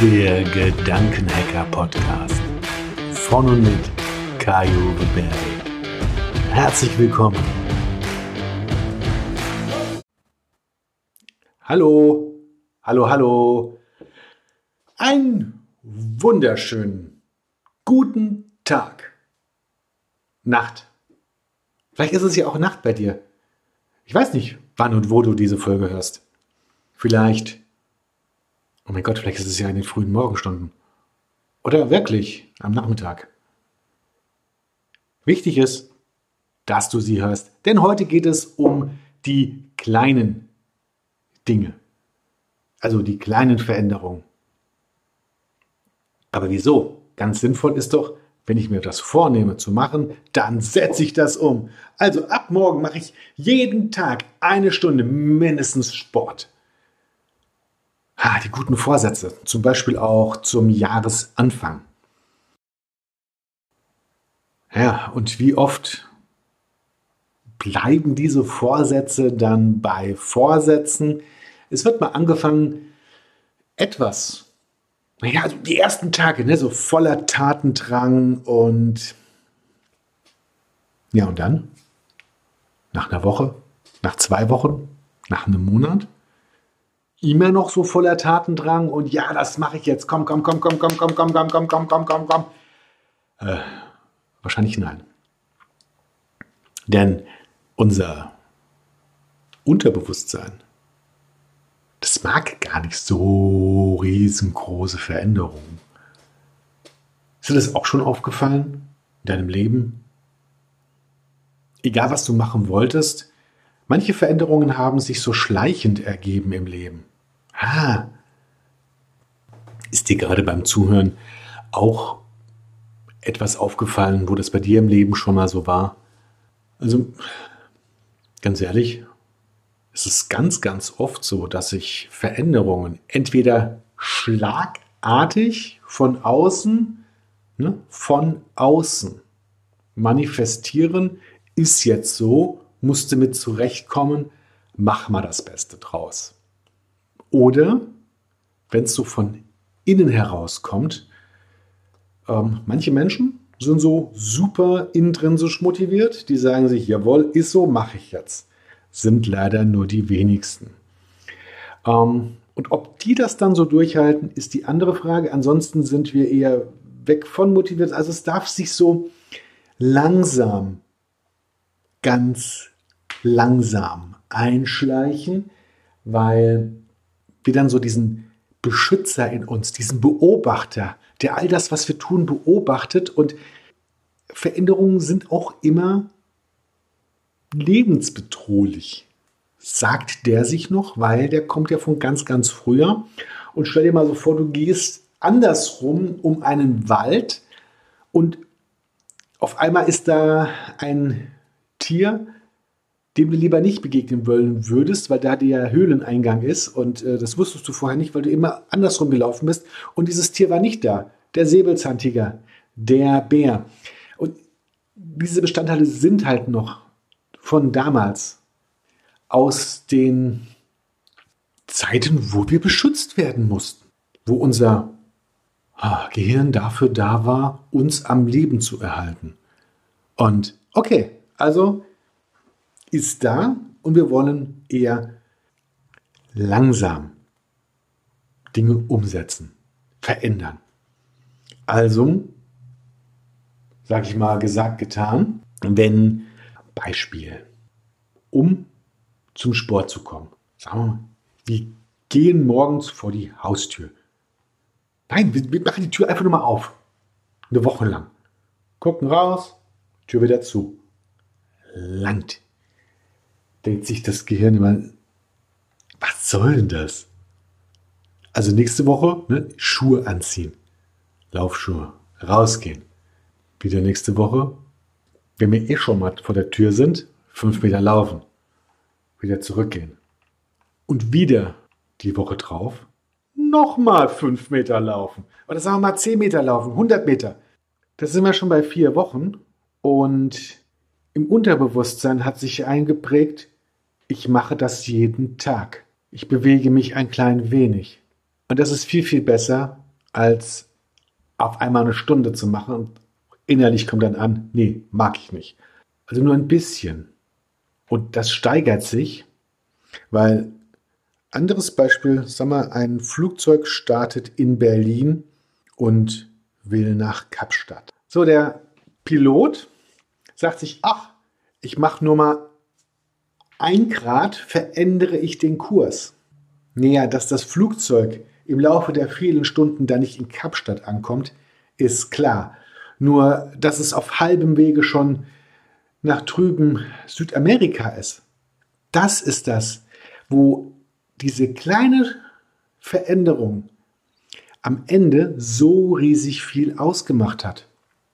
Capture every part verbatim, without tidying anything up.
Der Gedankenhacker-Podcast von und mit Kai-Uwe Berry. Herzlich willkommen. Hallo, hallo, hallo. Einen wunderschönen guten Tag. Nacht. Vielleicht ist es ja auch Nacht bei dir. Ich weiß nicht, wann und wo du diese Folge hörst. Vielleicht, oh mein Gott, vielleicht ist es ja in den frühen Morgenstunden. Oder wirklich am Nachmittag. Wichtig ist, dass du sie hörst. Denn heute geht es um die kleinen Dinge. Also die kleinen Veränderungen. Aber wieso? Ganz sinnvoll ist doch, wenn ich mir das vornehme zu machen, dann setze ich das um. Also ab morgen mache ich jeden Tag eine Stunde mindestens Sport. Ah, die guten Vorsätze, zum Beispiel auch zum Jahresanfang. Ja, und wie oft bleiben diese Vorsätze dann bei Vorsätzen? Es wird mal angefangen, etwas, naja, also die ersten Tage, ne, so voller Tatendrang und ja, und dann? Nach einer Woche, nach zwei Wochen, nach einem Monat? Immer noch so voller Tatendrang und ja, das mache ich jetzt. Komm, komm, komm, komm, komm, komm, komm, komm, komm, komm, komm, komm, komm. Äh, wahrscheinlich nein. Denn unser Unterbewusstsein, das mag gar nicht so riesengroße Veränderungen. Ist dir das auch schon aufgefallen in deinem Leben? Egal, was du machen wolltest, manche Veränderungen haben sich so schleichend ergeben im Leben. Ah, ist dir gerade beim Zuhören auch etwas aufgefallen, wo das bei dir im Leben schon mal so war? Also, ganz ehrlich, es ist ganz, ganz oft so, dass sich Veränderungen entweder schlagartig von außen, ne, von außen manifestieren, ist jetzt so, musste mit zurechtkommen, mach mal das Beste draus. Oder, wenn es so von innen herauskommt, ähm, manche Menschen sind so super intrinsisch motiviert, die sagen sich, jawohl, ist so, mache ich jetzt. Sind leider nur die wenigsten. Ähm, und ob die das dann so durchhalten, ist die andere Frage. Ansonsten sind wir eher weg von motiviert. Also es darf sich so langsam, ganz langsam einschleichen, weil wir dann so diesen Beschützer in uns, diesen Beobachter, der all das, was wir tun, beobachtet. Und Veränderungen sind auch immer lebensbedrohlich, sagt der sich noch, weil der kommt ja von ganz, ganz früher. Und stell dir mal so vor, du gehst andersrum um einen Wald und auf einmal ist da ein Tier, dem du lieber nicht begegnen wollen würdest, weil da der Höhleneingang ist und äh, das wusstest du vorher nicht, weil du immer andersrum gelaufen bist und dieses Tier war nicht da. Der Säbelzahntiger, der Bär. Und diese Bestandteile sind halt noch von damals, aus den Zeiten, wo wir beschützt werden mussten, wo unser ah, Gehirn dafür da war, uns am Leben zu erhalten. Und okay, also ist da und wir wollen eher langsam Dinge umsetzen, verändern. Also, sage ich mal, gesagt, getan, wenn Beispiel, um zum Sport zu kommen. Sagen wir mal, wir gehen morgens vor die Haustür. Nein, wir, wir machen die Tür einfach nur mal auf. Eine Woche lang. Gucken raus, Tür wieder zu. Langt. Denkt sich das Gehirn immer, was soll denn das? Also nächste Woche, ne, Schuhe anziehen. Laufschuhe. Rausgehen. Wieder nächste Woche, wenn wir eh schon mal vor der Tür sind, fünf Meter laufen. Wieder zurückgehen. Und wieder die Woche drauf, nochmal fünf Meter laufen. Oder sagen wir mal zehn Meter laufen, hundert Meter. Das sind wir schon bei vier Wochen. Und im Unterbewusstsein hat sich eingeprägt, ich mache das jeden Tag. Ich bewege mich ein klein wenig. Und das ist viel, viel besser, als auf einmal eine Stunde zu machen. Und innerlich kommt dann an, nee, mag ich nicht. Also nur ein bisschen. Und das steigert sich, weil, anderes Beispiel, sag mal, ein Flugzeug startet in Berlin und will nach Kapstadt. So, der Pilot sagt sich, ach, ich mache nur mal ein Grad, verändere ich den Kurs. Naja, dass das Flugzeug im Laufe der vielen Stunden da nicht in Kapstadt ankommt, ist klar. Nur, dass es auf halbem Wege schon nach drüben Südamerika ist. Das ist das, wo diese kleine Veränderung am Ende so riesig viel ausgemacht hat.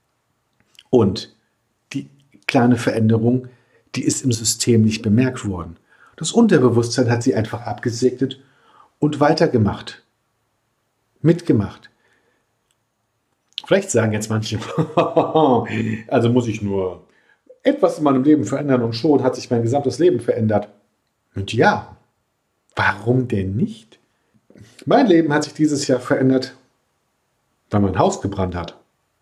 Und die kleine Veränderung, die ist im System nicht bemerkt worden. Das Unterbewusstsein hat sie einfach abgesegnet und weitergemacht. Mitgemacht. Vielleicht sagen jetzt manche, also muss ich nur etwas in meinem Leben verändern und schon hat sich mein gesamtes Leben verändert. Und ja, warum denn nicht? Mein Leben hat sich dieses Jahr verändert, weil mein Haus gebrannt hat.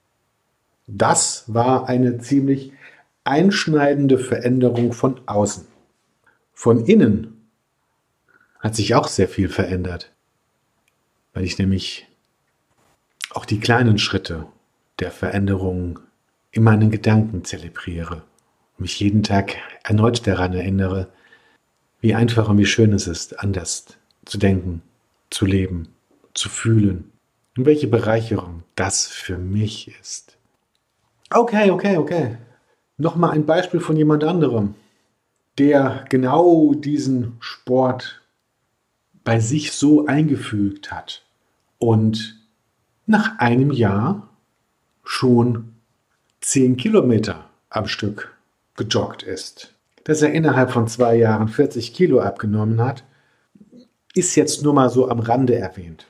Das war eine ziemlich einschneidende Veränderung von außen. Von innen hat sich auch sehr viel verändert, weil ich nämlich auch die kleinen Schritte der Veränderung in meinen Gedanken zelebriere und mich jeden Tag erneut daran erinnere, wie einfach und wie schön es ist, anders zu denken, zu leben, zu fühlen und welche Bereicherung das für mich ist. Okay, okay, okay. Nochmal ein Beispiel von jemand anderem, der genau diesen Sport bei sich so eingefügt hat und nach einem Jahr schon zehn Kilometer am Stück gejoggt ist. Dass er innerhalb von zwei Jahren vierzig Kilo abgenommen hat, ist jetzt nur mal so am Rande erwähnt.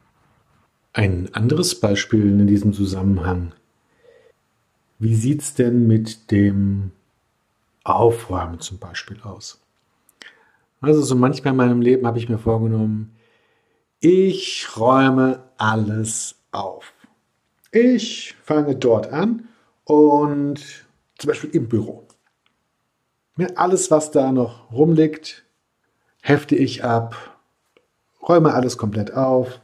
Ein anderes Beispiel in diesem Zusammenhang. Wie sieht es denn mit dem Aufräumen zum Beispiel aus? Also so manchmal in meinem Leben habe ich mir vorgenommen, ich räume alles auf. Ich fange dort an und zum Beispiel im Büro. Alles, was da noch rumliegt, hefte ich ab, räume alles komplett auf.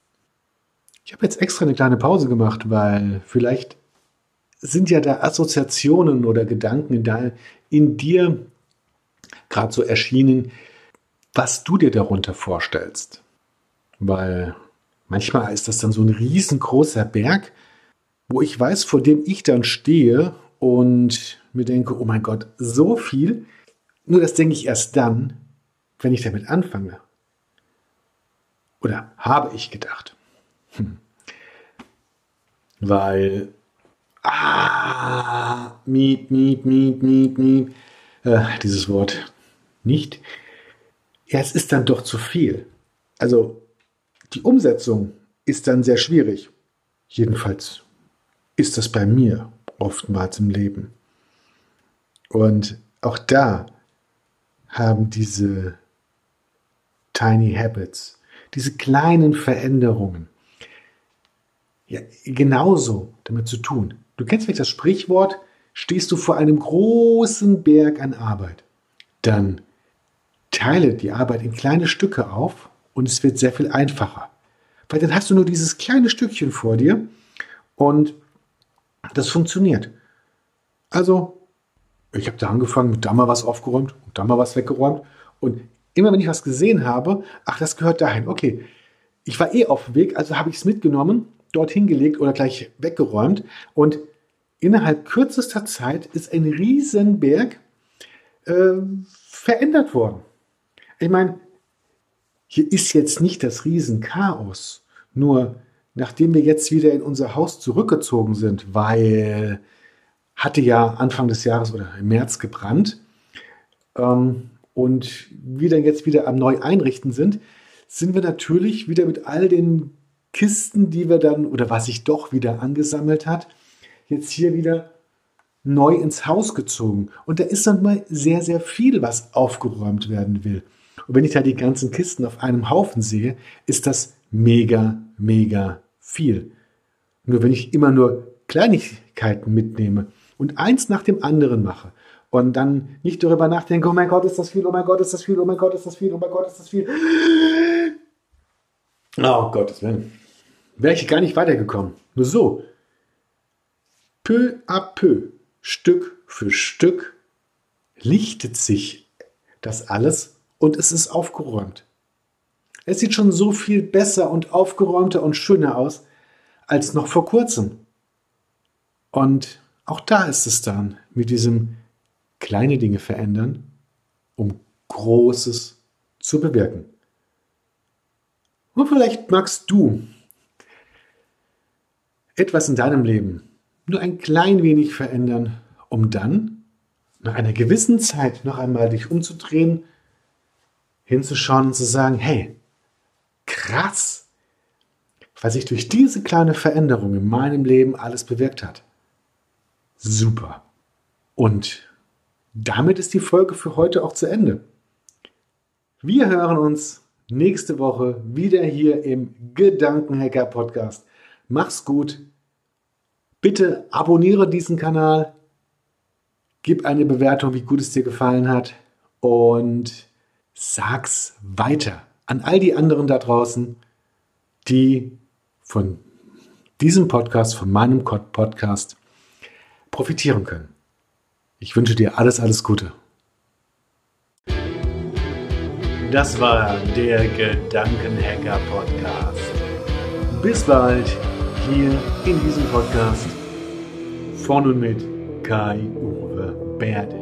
Ich habe jetzt extra eine kleine Pause gemacht, weil vielleicht sind ja da Assoziationen oder Gedanken in, da, in dir gerade so erschienen, was du dir darunter vorstellst. Weil manchmal ist das dann so ein riesengroßer Berg, wo ich weiß, vor dem ich dann stehe und mir denke, oh mein Gott, so viel. Nur das denke ich erst dann, wenn ich damit anfange. Oder habe ich gedacht. Hm. Weil, ah, miep, miep, miep, miep, miep, äh, dieses Wort nicht. Ja, es ist dann doch zu viel. Also, die Umsetzung ist dann sehr schwierig. Jedenfalls ist das bei mir oftmals im Leben. Und auch da haben diese Tiny Habits, diese kleinen Veränderungen, ja, genauso damit zu tun. Du kennst vielleicht das Sprichwort, stehst du vor einem großen Berg an Arbeit, dann teile die Arbeit in kleine Stücke auf und es wird sehr viel einfacher. Weil dann hast du nur dieses kleine Stückchen vor dir und das funktioniert. Also, ich habe da angefangen, da mal was aufgeräumt und da mal was weggeräumt. Und immer wenn ich was gesehen habe, ach, das gehört dahin. Okay, ich war eh auf dem Weg, also habe ich es mitgenommen, dorthin gelegt oder gleich weggeräumt. Und innerhalb kürzester Zeit ist ein Riesenberg äh, verändert worden. Ich meine, hier ist jetzt nicht das Riesenchaos. Nur nachdem wir jetzt wieder in unser Haus zurückgezogen sind, weil hatte ja Anfang des Jahres oder im März gebrannt ähm, und wir dann jetzt wieder am neu einrichten sind, sind wir natürlich wieder mit all den Kisten, die wir dann oder was sich doch wieder angesammelt hat, jetzt hier wieder neu ins Haus gezogen. Und da ist dann mal sehr, sehr viel, was aufgeräumt werden will. Und wenn ich da die ganzen Kisten auf einem Haufen sehe, ist das mega, mega viel. Nur wenn ich immer nur Kleinigkeiten mitnehme und eins nach dem anderen mache und dann nicht darüber nachdenke, oh mein Gott, ist das viel, oh mein Gott, ist das viel, oh mein Gott, ist das viel, oh mein Gott, ist das viel. Oh Gottes Willen. Wäre ich gar nicht weitergekommen. Nur so. Peu à peu, Stück für Stück, lichtet sich das alles und es ist aufgeräumt. Es sieht schon so viel besser und aufgeräumter und schöner aus als noch vor kurzem. Und auch da ist es dann mit diesem kleine Dinge verändern, um Großes zu bewirken. Und vielleicht magst du etwas in deinem Leben nur ein klein wenig verändern, um dann nach einer gewissen Zeit noch einmal dich umzudrehen, hinzuschauen und zu sagen, hey, krass, was sich durch diese kleine Veränderung in meinem Leben alles bewirkt hat. Super. Und damit ist die Folge für heute auch zu Ende. Wir hören uns nächste Woche wieder hier im Gedankenhacker Podcast. Mach's gut. Bitte abonniere diesen Kanal. Gib eine Bewertung, wie gut es dir gefallen hat. Und sag's weiter an all die anderen da draußen, die von diesem Podcast, von meinem Podcast profitieren können. Ich wünsche dir alles, alles Gute. Das war der Gedankenhacker Podcast. Bis bald hier in diesem Podcast von und mit Kai-Uwe Berde.